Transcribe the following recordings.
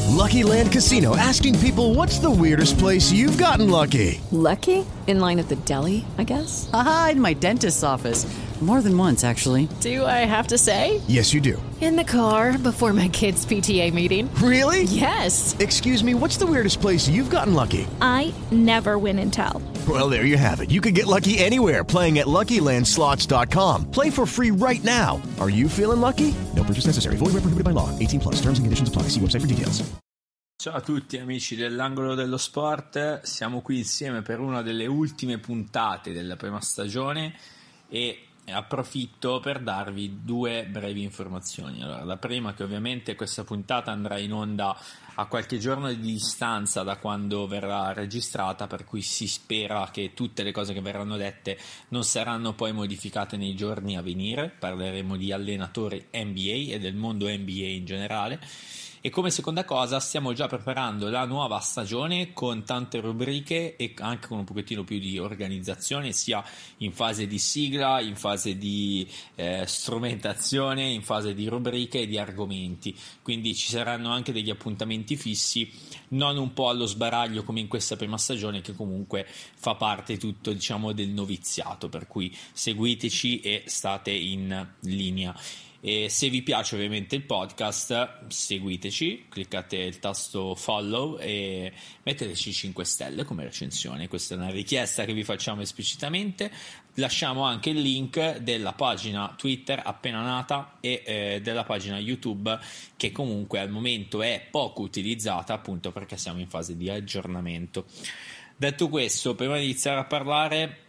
Lucky Land Casino, asking people, what's the weirdest place you've gotten lucky? Lucky? In line at the deli, I guess? Aha, in my dentist's office. More than once, actually. Do I have to say? Yes, you do. In the car before my kids' PTA meeting. Really? Yes. Excuse me, what's the weirdest place you've gotten lucky? I never win and tell. Well, there you have it. You can get lucky anywhere, playing at LuckyLandSlots.com. Play for free right now. Are you feeling lucky? No purchase necessary. Void where prohibited by law. 18+. Terms and conditions apply. See website for details. Ciao a tutti amici dell'Angolo dello Sport, siamo qui insieme per una delle ultime puntate della prima stagione e approfitto per darvi due brevi informazioni. Allora, la prima, che ovviamente questa puntata andrà in onda a qualche giorno di distanza da quando verrà registrata, per cui si spera che tutte le cose che verranno dette non saranno poi modificate nei giorni a venire. Parleremo di allenatori NBA e del mondo NBA in generale. E come seconda cosa stiamo già preparando la nuova stagione con tante rubriche e anche con un pochettino più di organizzazione, sia in fase di sigla, in fase di strumentazione, in fase di rubriche e di argomenti. Quindi ci saranno anche degli appuntamenti fissi, non un po' allo sbaraglio come in questa prima stagione, che comunque fa parte tutto, diciamo, del noviziato, per cui seguiteci e state in linea. E se vi piace ovviamente il podcast, seguiteci, cliccate il tasto follow e metteteci 5 stelle come recensione. Questa è una richiesta che vi facciamo esplicitamente. Lasciamo anche il link della pagina Twitter appena nata e della pagina YouTube, che comunque al momento è poco utilizzata, appunto perché siamo in fase di aggiornamento. Detto questo, prima di iniziare a parlare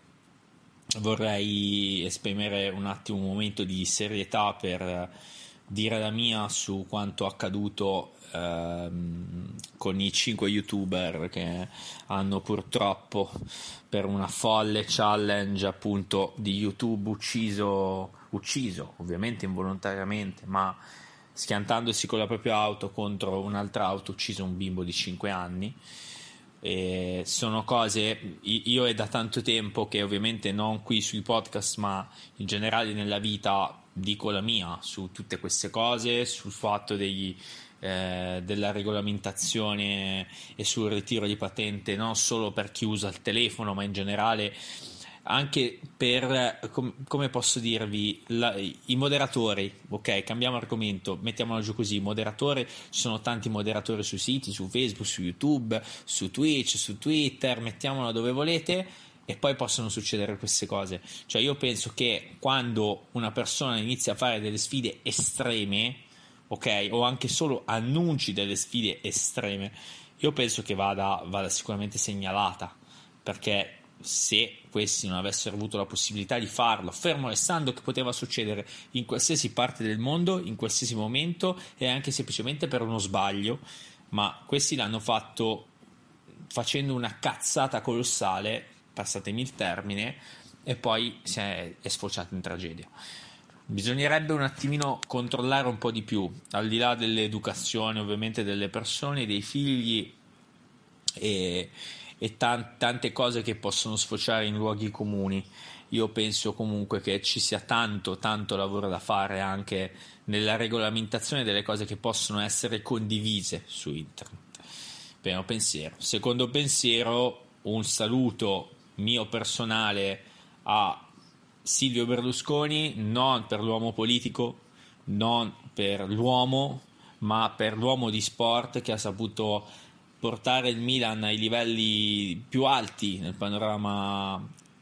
vorrei esprimere un attimo un momento di serietà per dire la mia su quanto accaduto con i 5 youtuber che hanno purtroppo, per una folle challenge appunto di YouTube, ucciso ovviamente involontariamente, ma schiantandosi con la propria auto contro un'altra auto, ucciso un bimbo di 5 anni. E sono cose, io è da tanto tempo che ovviamente non qui sui podcast ma in generale nella vita dico la mia su tutte queste cose, sul fatto della regolamentazione e sul ritiro di patente, non solo per chi usa il telefono ma in generale anche per, come posso dirvi, i moderatori. Ok, cambiamo argomento, mettiamolo giù così: moderatore, ci sono tanti moderatori sui siti, su Facebook, su YouTube, su Twitch, su Twitter, mettiamolo dove volete, e poi possono succedere queste cose. Cioè io penso che quando una persona inizia a fare delle sfide estreme, ok, o anche solo annunci delle sfide estreme, io penso che vada sicuramente segnalata, perché se questi non avessero avuto la possibilità di farlo, fermo restando che poteva succedere in qualsiasi parte del mondo, in qualsiasi momento e anche semplicemente per uno sbaglio, ma questi l'hanno fatto facendo una cazzata colossale, passatemi il termine, e poi è sfociato in tragedia. Bisognerebbe un attimino controllare un po' di più, al di là dell'educazione ovviamente delle persone, dei figli e tante cose che possono sfociare in luoghi comuni. Io penso comunque che ci sia tanto lavoro da fare anche nella regolamentazione delle cose che possono essere condivise su internet. Primo pensiero. Secondo pensiero, un saluto mio personale a Silvio Berlusconi, non per l'uomo politico, non per l'uomo, ma per l'uomo di sport che ha saputo portare il Milan ai livelli più alti nel panorama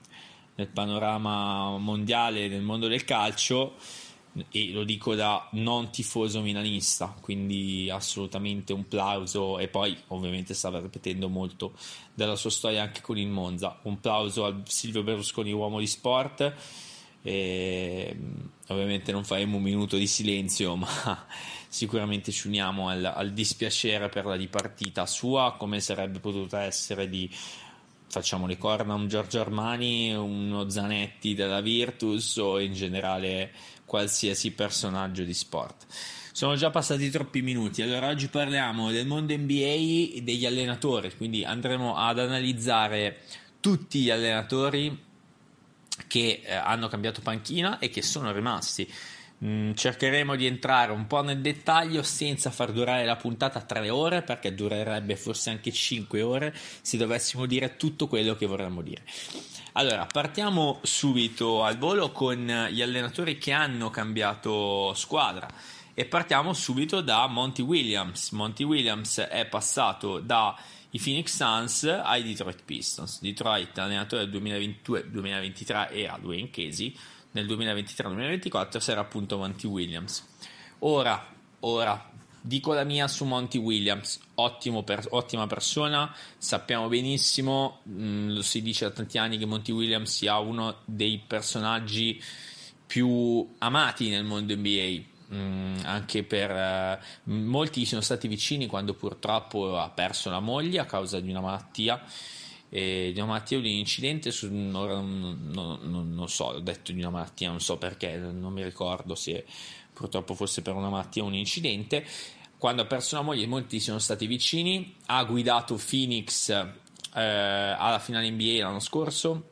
mondiale, nel mondo del calcio, e lo dico da non tifoso milanista, quindi assolutamente un plauso. E poi ovviamente stava ripetendo molto della sua storia anche con il Monza. Un plauso a Silvio Berlusconi, uomo di sport, e ovviamente non faremo un minuto di silenzio, ma sicuramente ci uniamo al dispiacere per la dipartita sua, come sarebbe potuta essere di, facciamo le corna, un Giorgio Armani, uno Zanetti della Virtus o in generale qualsiasi personaggio di sport. Sono già passati troppi minuti. Allora oggi parliamo del mondo NBA e degli allenatori, quindi andremo ad analizzare tutti gli allenatori che hanno cambiato panchina e che sono rimasti. Cercheremo di entrare un po' nel dettaglio senza far durare la puntata 3 ore, perché durerebbe forse anche 5 ore se dovessimo dire tutto quello che vorremmo dire. Allora, partiamo subito al volo con gli allenatori che hanno cambiato squadra e partiamo subito da Monty Williams. Monty Williams è passato dai Phoenix Suns ai Detroit Pistons. Detroit, allenatore del 2022-2023 era Dwayne Casey, nel 2023-2024 sarà appunto Monty Williams. Ora dico la mia su Monty Williams, ottima persona, sappiamo benissimo, lo si dice da tanti anni che Monty Williams sia uno dei personaggi più amati nel mondo NBA, anche per molti sono stati vicini quando purtroppo ha perso la moglie a causa di una malattia o di un incidente. Non so, ho detto di una malattia, non so perché, non mi ricordo se purtroppo fosse per una malattia o un incidente. Quando ha perso la moglie molti sono stati vicini, ha guidato Phoenix alla finale NBA l'anno scorso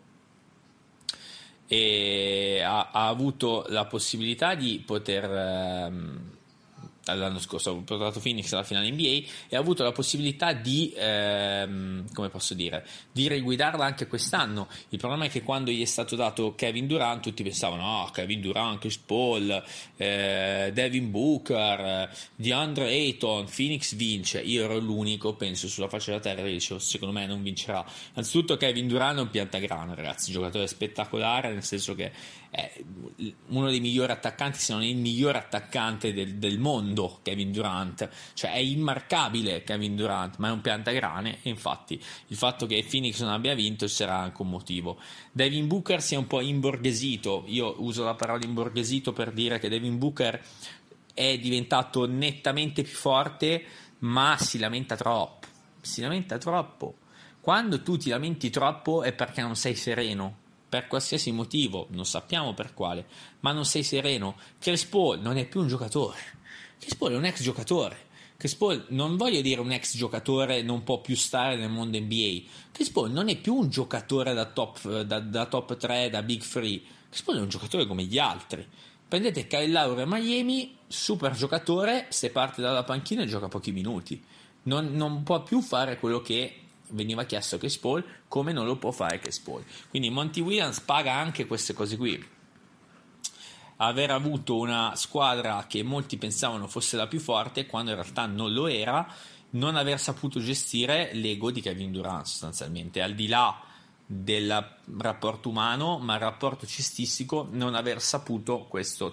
e ha avuto la possibilità di poter l'anno scorso ha portato Phoenix alla finale NBA e ha avuto la possibilità di come posso dire, di riguidarla anche quest'anno. Il problema è che quando gli è stato dato Kevin Durant tutti pensavano Kevin Durant, Chris Paul, Devin Booker, DeAndre Ayton, Phoenix vince. Io ero l'unico, penso, sulla faccia della terra che dicevo secondo me non vincerà. Anzitutto Kevin Durant è un piantagrana, ragazzi, giocatore spettacolare, nel senso che è uno dei migliori attaccanti, se non il miglior attaccante del mondo. Kevin Durant, cioè è immarcabile Kevin Durant, ma è un piantagrane, e infatti il fatto che Phoenix non abbia vinto sarà anche un motivo. Devin Booker si è un po' imborghesito, io uso la parola imborghesito per dire che Devin Booker è diventato nettamente più forte, ma si lamenta troppo. Quando tu ti lamenti troppo è perché non sei sereno, per qualsiasi motivo, non sappiamo per quale, ma non sei sereno. Chris Paul non è più un giocatore, Chris Paul è un ex giocatore. Chris Paul, non voglio dire un ex giocatore non può più stare nel mondo NBA. Chris Paul non è più un giocatore da top 3, da Big 3. Chris Paul è un giocatore come gli altri. Prendete Kyle Lowry a Miami, super giocatore, se parte dalla panchina e gioca pochi minuti. Non può più fare quello che veniva chiesto a Chris Paul, come non lo può fare Chris Paul. Quindi Monty Williams paga anche queste cose qui. Aver avuto una squadra che molti pensavano fosse la più forte quando in realtà non lo era, non aver saputo gestire l'ego di Kevin Durant sostanzialmente, al di là del rapporto umano, ma il rapporto cestistico, non aver saputo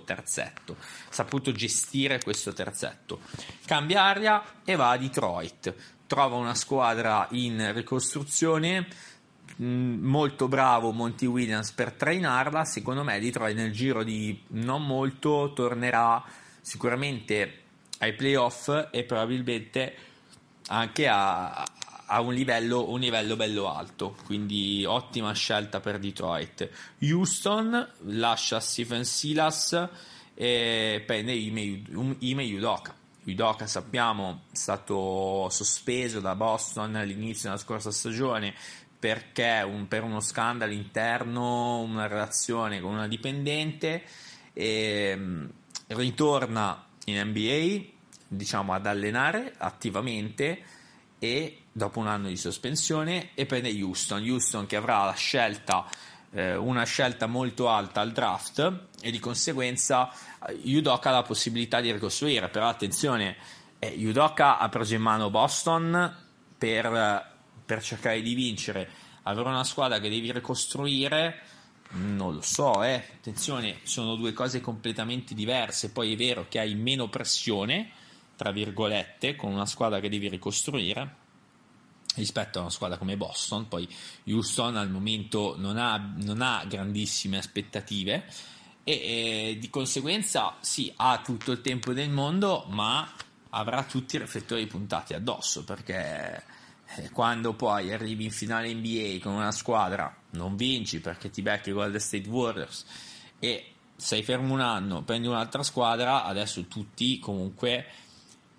gestire questo terzetto. Cambia aria e va a Detroit, trova una squadra in ricostruzione, molto bravo Monty Williams per trainarla. Secondo me Detroit nel giro di non molto tornerà sicuramente ai playoff e probabilmente anche a un livello bello alto, quindi ottima scelta per Detroit. Houston lascia Stephen Silas e prende Ime Udoka. Udoka, sappiamo, è stato sospeso da Boston all'inizio della scorsa stagione perché per uno scandalo interno, una relazione con una dipendente, e ritorna in NBA, diciamo, ad allenare attivamente, e dopo un anno di sospensione, e prende Houston che avrà la scelta, una scelta molto alta al draft, e di conseguenza Udoka ha la possibilità di ricostruire. Però attenzione, Udoka ha preso in mano Boston per cercare di vincere. Avere una squadra che devi ricostruire, non lo so, attenzione, sono due cose completamente diverse. Poi è vero che hai meno pressione, tra virgolette, con una squadra che devi ricostruire rispetto a una squadra come Boston. Poi Houston al momento non ha grandissime aspettative e di conseguenza sì, ha tutto il tempo del mondo, ma avrà tutti i riflettori puntati addosso, perché quando poi arrivi in finale NBA con una squadra, non vinci perché ti becchi con Golden State Warriors e sei fermo un anno, prendi un'altra squadra, adesso tutti comunque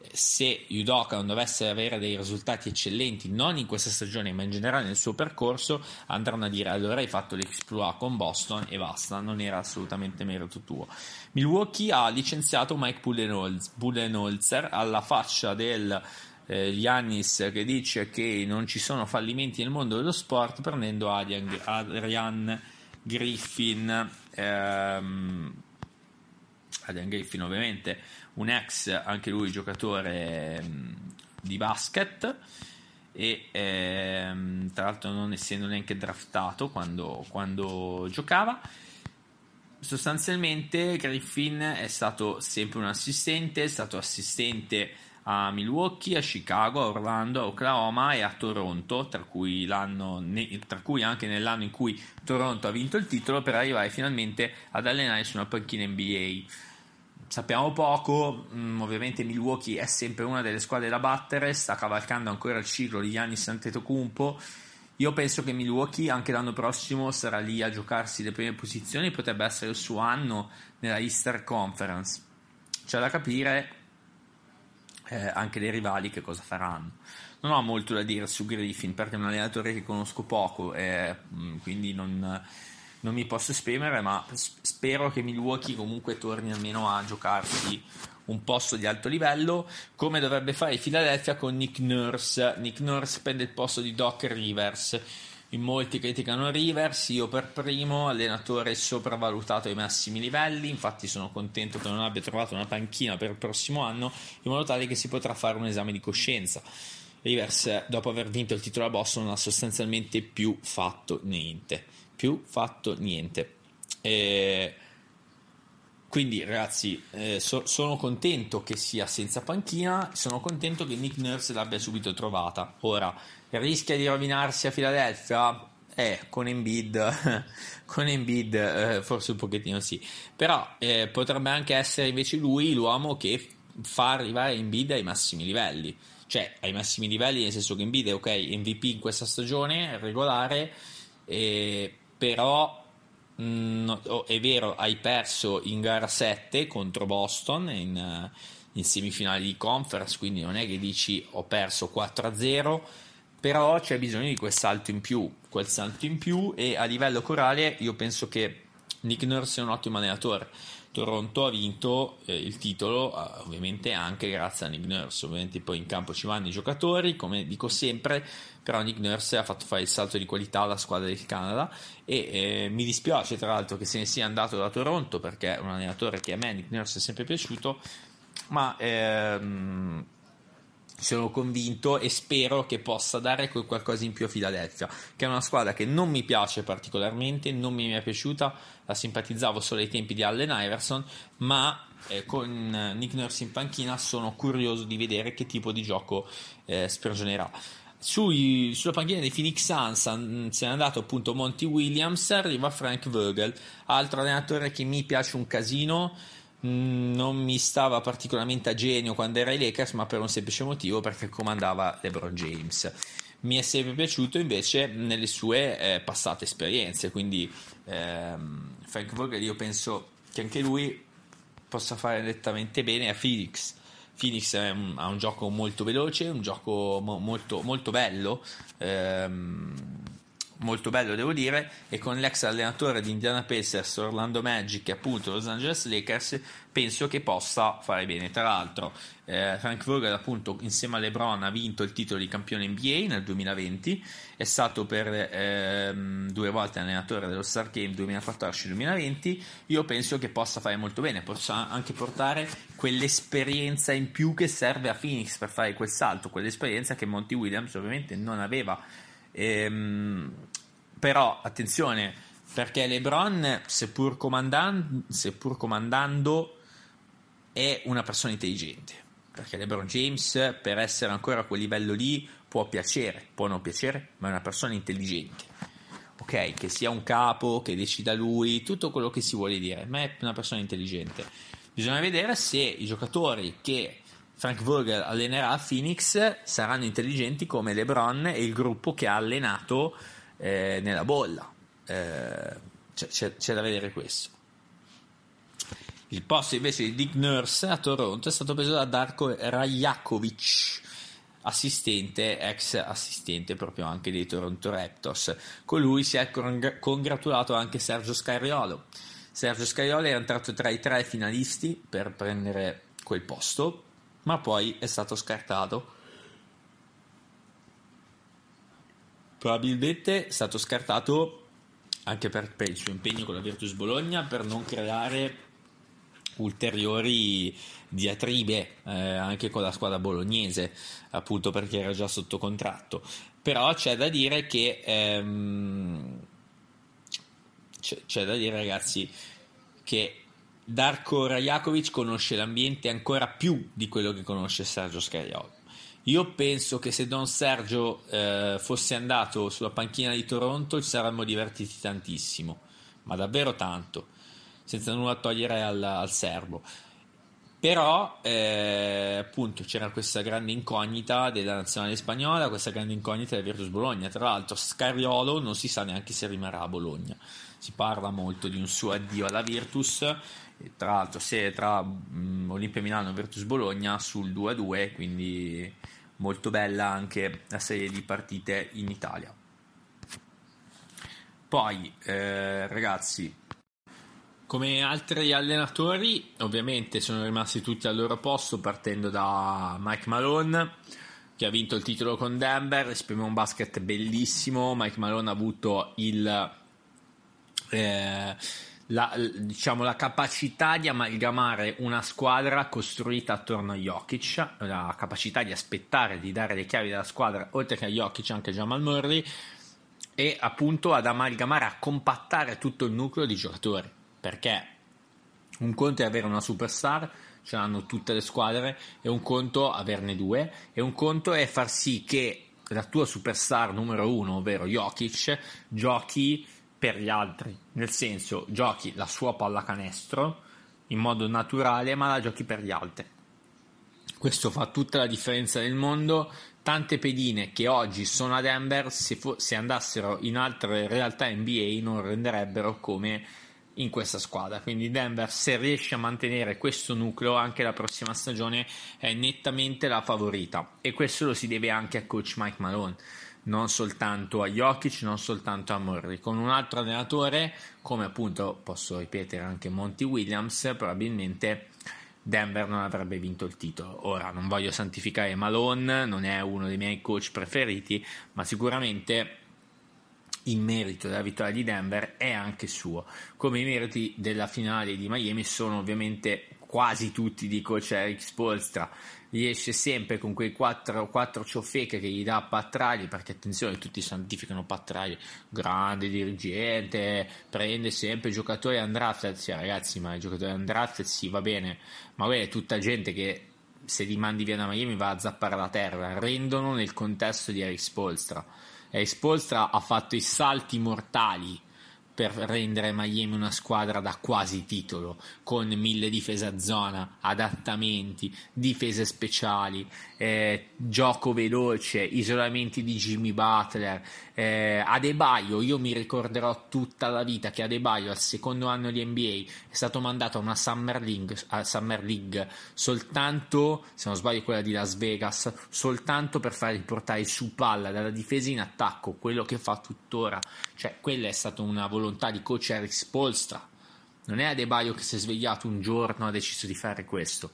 se Udoka non dovesse avere dei risultati eccellenti, non in questa stagione ma in generale nel suo percorso, andranno a dire allora hai fatto l'exploit con Boston e basta, non era assolutamente merito tuo. Milwaukee ha licenziato Mike Budenholzer alla faccia del Giannis che dice che non ci sono fallimenti nel mondo dello sport, prendendo Adrian Griffin. Adrian Griffin ovviamente un ex, anche lui giocatore di basket, e tra l'altro non essendo neanche draftato quando giocava. Sostanzialmente Griffin è stato sempre un assistente, è stato assistente a Milwaukee, a Chicago, a Orlando, a Oklahoma e a Toronto, tra cui anche nell'anno in cui Toronto ha vinto il titolo, per arrivare finalmente ad allenare su una panchina NBA. Sappiamo poco, ovviamente Milwaukee è sempre una delle squadre da battere, sta cavalcando ancora il ciclo di Giannis Antetokounmpo. Io penso che Milwaukee anche l'anno prossimo sarà lì a giocarsi le prime posizioni, potrebbe essere il suo anno nella Eastern Conference. C'è da capire anche dei rivali che cosa faranno. Non ho molto da dire su Griffin perché è un allenatore che conosco poco, quindi non mi posso esprimere, ma spero che Milwaukee comunque torni almeno a giocarsi un posto di alto livello, come dovrebbe fare Philadelphia con Nick Nurse. Nick Nurse prende il posto di Doc Rivers. In molti criticano Rivers, io per primo, allenatore sopravvalutato ai massimi livelli, infatti sono contento che non abbia trovato una panchina per il prossimo anno, in modo tale che si potrà fare un esame di coscienza. Rivers, dopo aver vinto il titolo a Boston, non ha sostanzialmente più fatto niente. Quindi ragazzi, sono contento che sia senza panchina, sono contento che Nick Nurse l'abbia subito trovata. Ora rischia di rovinarsi a Philadelphia? Con Embiid forse un pochettino sì, però potrebbe anche essere invece lui l'uomo che fa arrivare Embiid ai massimi livelli, cioè ai massimi livelli nel senso che Embiid è ok, MVP in questa stagione, regolare, però è vero, hai perso in gara 7 contro Boston in semifinali di conference, quindi non è che dici ho perso 4-0, però c'è bisogno di quel salto in più, e a livello corale io penso che Nick Nurse sia un ottimo allenatore. Toronto ha vinto il titolo ovviamente anche grazie a Nick Nurse. Ovviamente poi in campo ci vanno i giocatori, come dico sempre, però Nick Nurse ha fatto fare il salto di qualità alla squadra del Canada, e mi dispiace tra l'altro che se ne sia andato da Toronto, perché è un allenatore che a me Nick Nurse è sempre piaciuto, ma sono convinto e spero che possa dare qualcosa in più a Philadelphia, che è una squadra che non mi piace particolarmente, non mi è piaciuta, la simpatizzavo solo ai tempi di Allen Iverson, ma con Nick Nurse in panchina sono curioso di vedere che tipo di gioco sprigionerà. Sulla panchina dei Phoenix Suns se n'è andato appunto Monty Williams, arriva Frank Vogel, altro allenatore che mi piace un casino. Non mi stava particolarmente a genio quando era ai Lakers, ma per un semplice motivo, perché comandava LeBron James. Mi è sempre piaciuto invece nelle sue passate esperienze, quindi Frank Vogel io penso che anche lui possa fare nettamente bene a Phoenix. Phoenix ha un gioco molto veloce, un gioco molto, molto bello, molto bello devo dire, e con l'ex allenatore di Indiana Pacers, Orlando Magic e appunto Los Angeles Lakers penso che possa fare bene. Tra l'altro Frank Vogel appunto insieme a LeBron ha vinto il titolo di campione NBA nel 2020, è stato per 2 volte allenatore dello Star Game 2014-2020. Io penso che possa fare molto bene, possa anche portare quell'esperienza in più che serve a Phoenix per fare quel salto, quell'esperienza che Monty Williams ovviamente non aveva. Però attenzione, perché LeBron seppur comandando è una persona intelligente, perché LeBron James per essere ancora a quel livello lì può piacere, può non piacere, ma è una persona intelligente, ok, che sia un capo, che decida lui, tutto quello che si vuole dire, ma è una persona intelligente. Bisogna vedere se i giocatori che Frank Vogel allenerà a Phoenix saranno intelligenti come LeBron e il gruppo che ha allenato nella bolla. C'è da vedere questo. Il posto invece di Dick Nurse a Toronto è stato preso da Darko Rajakovic, ex assistente proprio anche dei Toronto Raptors. Con lui si è congratulato anche Sergio Scariolo. Sergio Scariolo era entrato tra i 3 finalisti per prendere quel posto, ma poi è stato scartato. Probabilmente è stato scartato anche per il suo impegno con la Virtus Bologna, per non creare ulteriori diatribe anche con la squadra bolognese, appunto perché era già sotto contratto. Però c'è da dire che c'è da dire, ragazzi, che Darko Rajakovic conosce l'ambiente ancora più di quello che conosce Sergio Scariolo. Io penso che se Don Sergio fosse andato sulla panchina di Toronto ci saremmo divertiti tantissimo, ma davvero tanto, senza nulla togliere al serbo. Però appunto c'era questa grande incognita della nazionale spagnola, questa grande incognita del Virtus Bologna. Tra l'altro Scariolo non si sa neanche se rimarrà a Bologna, si parla molto di un suo addio alla Virtus, e tra l'altro se tra Olimpia Milano e Virtus Bologna sul 2-2, quindi molto bella anche la serie di partite in Italia. Poi ragazzi, come altri allenatori ovviamente sono rimasti tutti al loro posto, partendo da Mike Malone, che ha vinto il titolo con Denver. Esprime un basket bellissimo. Mike Malone ha avuto la capacità di amalgamare una squadra costruita attorno a Jokic, la capacità di aspettare, di dare le chiavi della squadra oltre che a Jokic anche a Jamal Murray, e appunto ad amalgamare, a compattare tutto il nucleo di giocatori, perché un conto è avere una superstar, ce l'hanno tutte le squadre, e un conto averne 2, e un conto è far sì che la tua superstar numero 1, ovvero Jokic, giochi per gli altri, nel senso giochi la sua pallacanestro in modo naturale, ma la giochi per gli altri. Questo fa tutta la differenza del mondo. Tante pedine che oggi sono a Denver, se andassero in altre realtà NBA non renderebbero come in questa squadra. Quindi Denver, se riesce a mantenere questo nucleo anche la prossima stagione, è nettamente la favorita, e questo lo si deve anche a coach Mike Malone, non soltanto a Jokic, non soltanto a Murray. Con un altro allenatore, come appunto posso ripetere anche Monty Williams, probabilmente Denver non avrebbe vinto il titolo. Ora non voglio santificare Malone, non è uno dei miei coach preferiti, ma sicuramente il merito della vittoria di Denver è anche suo, come i meriti della finale di Miami sono ovviamente quasi tutti di coach Eric Spoelstra. Riesce sempre con quei 4 ciofeche che gli dà Pat Riley, perché attenzione, tutti santificano Pat Riley, grande dirigente, prende sempre giocatori undrafted. Sì, ragazzi, ma i giocatori undrafted sì, va bene, ma quella è tutta gente che se li mandi via da Miami va a zappare la terra. Rendono nel contesto di Eric Spoelstra. Eric Spoelstra ha fatto i salti mortali per rendere Miami una squadra da quasi titolo, con 1000 difese a zona, adattamenti, difese speciali, gioco veloce, isolamenti di Jimmy Butler, Adebayo. Io mi ricorderò tutta la vita che Adebayo al secondo anno di NBA è stato mandato a una Summer League soltanto, se non sbaglio quella di Las Vegas, soltanto per far riportare su palla dalla difesa in attacco, quello che fa tuttora. Cioè, quella è stata una volontà di coach Eric Spoelstra. Non è Adebayo che si è svegliato un giorno e ha deciso di fare questo.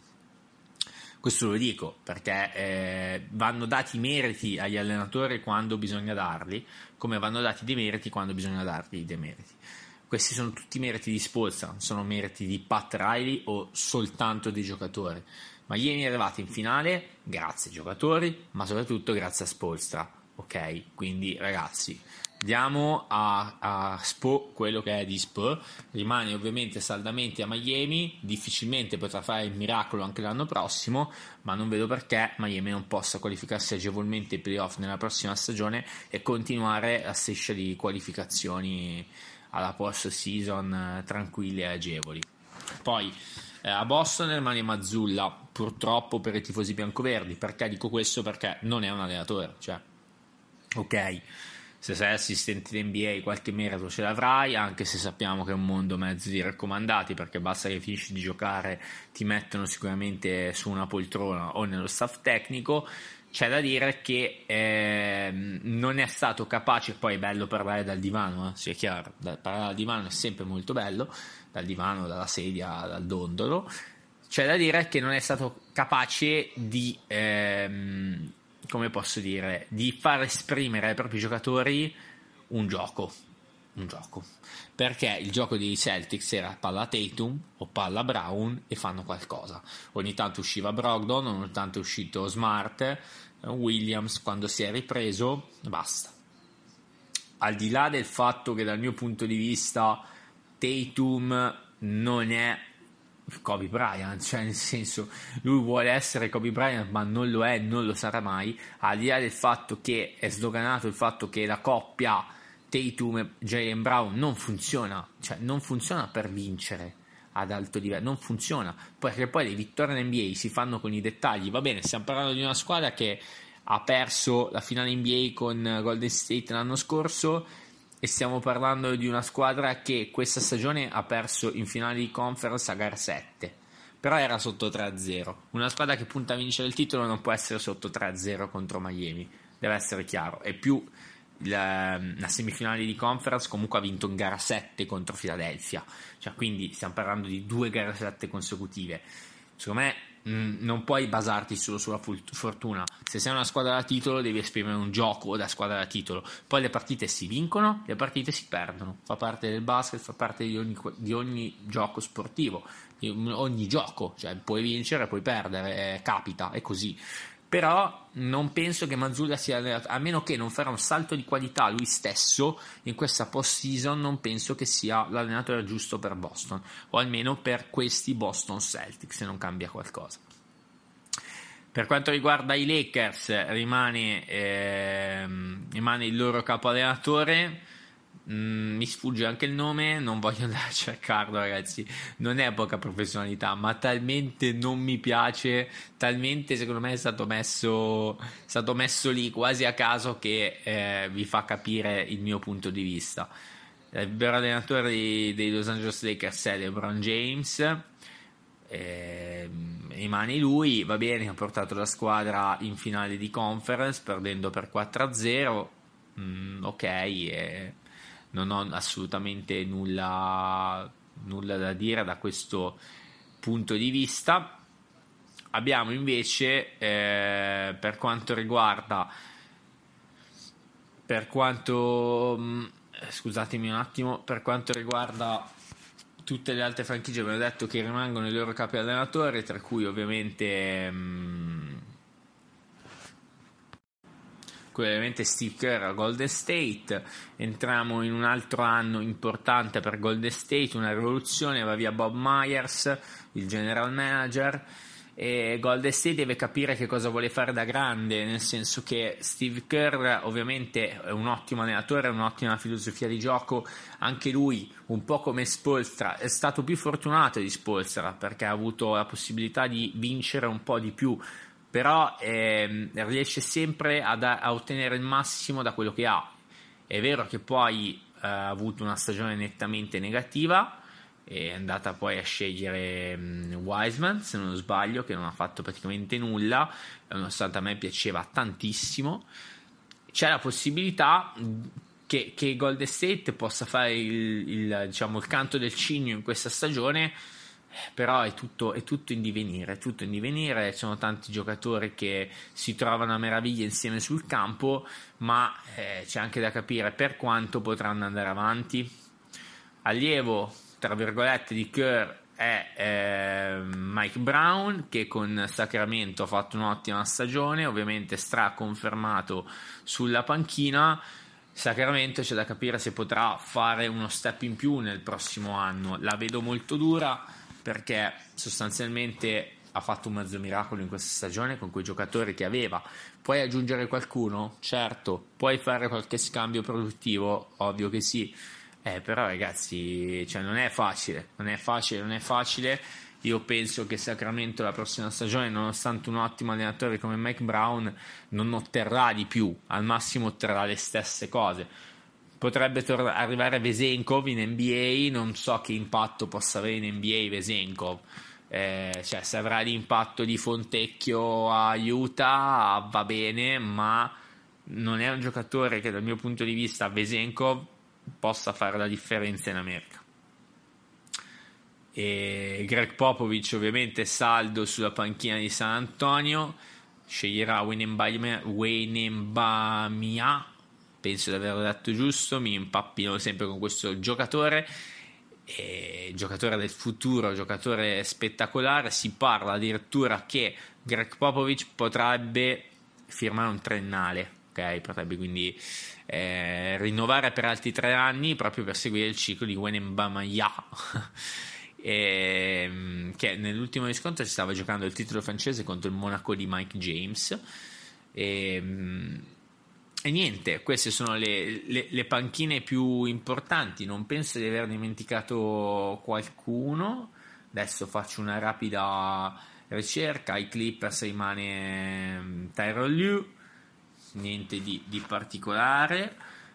Questo lo dico perché vanno dati meriti agli allenatori quando bisogna darli, come vanno dati dei meriti quando bisogna dargli dei meriti. Questi sono tutti meriti di Spoelstra, non sono meriti di Pat Riley o soltanto dei giocatori. Miami è arrivata in finale grazie ai giocatori, ma soprattutto grazie a Spoelstra. Ok, quindi ragazzi, diamo a Spo quello che è di Spo. Rimane ovviamente saldamente a Miami, difficilmente potrà fare il miracolo anche l'anno prossimo, ma non vedo perché Miami non possa qualificarsi agevolmente ai playoff nella prossima stagione e continuare la striscia di qualificazioni alla post season tranquilli e agevoli. Poi a Boston rimane Mazzulla, purtroppo per i tifosi biancoverdi. Perché dico questo? Perché non è un allenatore, cioè ok, se sei assistente di NBA qualche merito ce l'avrai, anche se sappiamo che è un mondo mezzo di raccomandati, perché basta che finisci di giocare ti mettono sicuramente su una poltrona o nello staff tecnico. C'è da dire che non è stato capace, poi è bello parlare dal divano, sia chiaro, parlare dal divano è sempre molto bello, dal divano, dalla sedia, dal dondolo. C'è da dire che non è stato capace di, come posso dire, di far esprimere ai propri giocatori un gioco, perché il gioco dei Celtics era palla Tatum o palla Brown e fanno qualcosa. Ogni tanto usciva Brogdon, ogni tanto è uscito Smart, Williams quando si è ripreso, basta. Al di là del fatto che dal mio punto di vista Tatum non è Kobe Bryant, cioè nel senso, lui vuole essere Kobe Bryant ma non lo è, non lo sarà mai, al di là del fatto che è sdoganato il fatto che la coppia Tatum e Jaylen Brown non funziona, cioè non funziona per vincere ad alto livello, non funziona, perché poi le vittorie in NBA si fanno con i dettagli. Va bene, stiamo parlando di una squadra che ha perso la finale NBA con Golden State l'anno scorso e stiamo parlando di una squadra che questa stagione ha perso in finale di conference a gara 7, però era sotto 3-0. Una squadra che punta a vincere il titolo non può essere sotto 3-0 contro Miami, deve essere chiaro. E più la semifinale di conference comunque ha vinto in gara 7 contro Philadelphia, cioè quindi stiamo parlando di 2 gare 7 consecutive. Secondo me non puoi basarti solo sulla fortuna. Se sei una squadra da titolo devi esprimere un gioco da squadra da titolo, poi le partite si vincono, le partite si perdono, fa parte del basket, fa parte di ogni gioco sportivo, di ogni gioco, cioè puoi vincere, puoi perdere, capita, è così. Però non penso che Mazzulla sia allenato, a meno che non farà un salto di qualità lui stesso in questa post-season, non penso che sia l'allenatore giusto per Boston, o almeno per questi Boston Celtics, se non cambia qualcosa. Per quanto riguarda i Lakers, rimane il loro capo allenatore. Mi sfugge anche il nome, non voglio andare a cercarlo, ragazzi. Non è poca professionalità, ma talmente non mi piace, talmente secondo me è stato messo lì quasi a caso che vi fa capire il mio punto di vista. Il vero allenatore dei Los Angeles Lakers è LeBron James, rimane lui, va bene, ha portato la squadra in finale di conference perdendo per 4-0, ok, non ho assolutamente nulla da dire da questo punto di vista. Abbiamo invece per quanto riguarda tutte le altre franchigie, abbiamo detto che rimangono i loro capi allenatori, tra cui ovviamente Steve Kerr a Golden State. Entriamo in un altro anno importante per Golden State, una rivoluzione, va via Bob Myers, il general manager, e Golden State deve capire che cosa vuole fare da grande, nel senso che Steve Kerr ovviamente è un ottimo allenatore, ha un'ottima filosofia di gioco, anche lui un po' come Spoelstra, è stato più fortunato di Spoelstra perché ha avuto la possibilità di vincere un po' di più, però riesce sempre a ottenere il massimo da quello che ha. È vero che poi ha avuto una stagione nettamente negativa, è andata poi a scegliere Wiseman, se non sbaglio, che non ha fatto praticamente nulla, nonostante a me piaceva tantissimo. C'è la possibilità che Golden State possa fare il canto del cigno in questa stagione, però è tutto in divenire, ci sono tanti giocatori che si trovano a meraviglia insieme sul campo, ma c'è anche da capire per quanto potranno andare avanti. Allievo tra virgolette di Kerr è Mike Brown, che con Sacramento ha fatto un'ottima stagione, ovviamente straconfermato sulla panchina. Sacramento c'è da capire se potrà fare uno step in più nel prossimo anno, la vedo molto dura perché sostanzialmente ha fatto un mezzo miracolo in questa stagione con quei giocatori che aveva. Puoi aggiungere qualcuno? Certo. Puoi fare qualche scambio produttivo? Ovvio che sì. Però ragazzi, cioè non è facile. io penso che Sacramento la prossima stagione, nonostante un ottimo allenatore come Mike Brown, non otterrà di più, al massimo otterrà le stesse cose. Potrebbe arrivare Vezenkov in NBA, non so che impatto possa avere in NBA Vezenkov, cioè se avrà l'impatto di Fontecchio a Utah va bene, ma non è un giocatore che dal mio punto di vista, Vezenkov, possa fare la differenza in America. E Greg Popovich ovviamente saldo sulla panchina di San Antonio, sceglierà Wembanyama, penso di averlo detto giusto, mi impappino sempre con questo giocatore, giocatore del futuro, giocatore spettacolare. Si parla addirittura che Greg Popovich potrebbe firmare un triennale, ok? Potrebbe quindi rinnovare per altri 3 anni proprio per seguire il ciclo di Wembanyama che nell'ultimo riscontro si stava giocando il titolo francese contro il Monaco di Mike James e niente, queste sono le panchine più importanti. Non penso di aver dimenticato qualcuno, adesso faccio una rapida ricerca. Ai Clippers rimane Tyronn Lue, niente di particolare,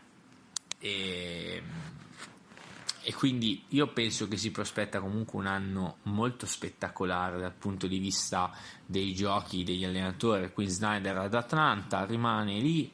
e quindi io penso che si prospetta comunque un anno molto spettacolare dal punto di vista dei giochi degli allenatori. Quinn Snyder ad Atlanta rimane lì,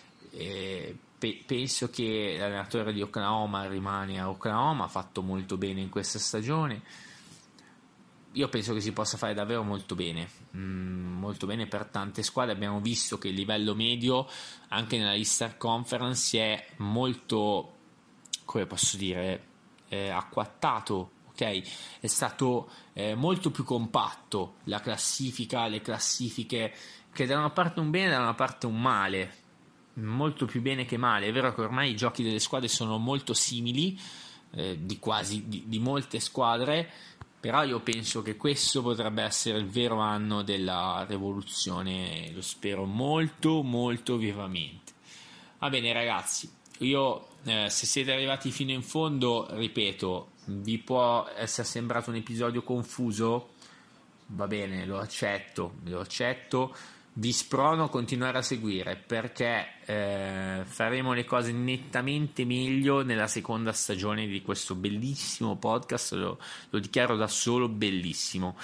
penso che l'allenatore di Oklahoma rimane a Oklahoma, ha fatto molto bene in questa stagione. Io penso che si possa fare davvero molto bene per tante squadre. Abbiamo visto che il livello medio anche nella Eastern Conference è molto, come posso dire, acquattato, ok? È stato molto più compatto la classifica, le classifiche, che da una parte un bene, da una parte un male, molto più bene che male. È vero che ormai i giochi delle squadre sono molto simili, di molte squadre, però io penso che questo potrebbe essere il vero anno della rivoluzione, lo spero molto molto vivamente. Va bene ragazzi, io se siete arrivati fino in fondo, ripeto, vi può essere sembrato un episodio confuso, va bene, lo accetto, vi sprono a continuare a seguire, perché faremo le cose nettamente meglio nella seconda stagione di questo bellissimo podcast, lo dichiaro da solo bellissimo,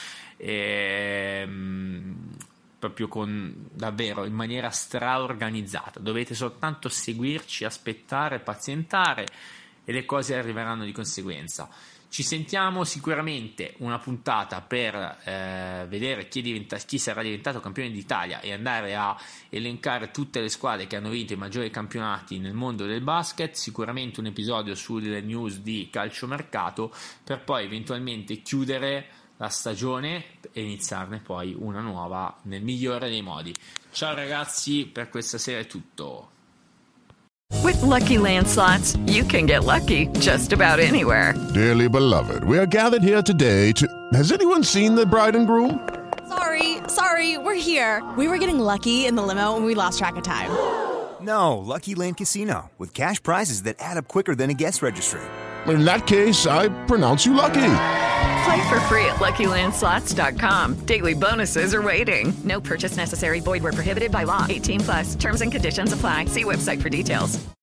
proprio davvero in maniera straorganizzata. Dovete soltanto seguirci, aspettare, pazientare, e le cose arriveranno di conseguenza. Ci sentiamo sicuramente una puntata per vedere chi sarà diventato campione d'Italia e andare a elencare tutte le squadre che hanno vinto i maggiori campionati nel mondo del basket. Sicuramente un episodio sulle news di calciomercato, per poi eventualmente chiudere la stagione e iniziarne poi una nuova nel migliore dei modi. Ciao ragazzi, per questa sera è tutto. With Lucky Land Slots, you can get lucky just about anywhere. Dearly beloved, we are gathered here today to... Has anyone seen the bride and groom? Sorry, we're here. We were getting lucky in the limo and we lost track of time. No, Lucky Land Casino, with cash prizes that add up quicker than a guest registry. In that case, I pronounce you lucky. Play for free at LuckyLandSlots.com. Daily bonuses are waiting. No purchase necessary. Void where prohibited by law. 18+. Terms and conditions apply. See website for details.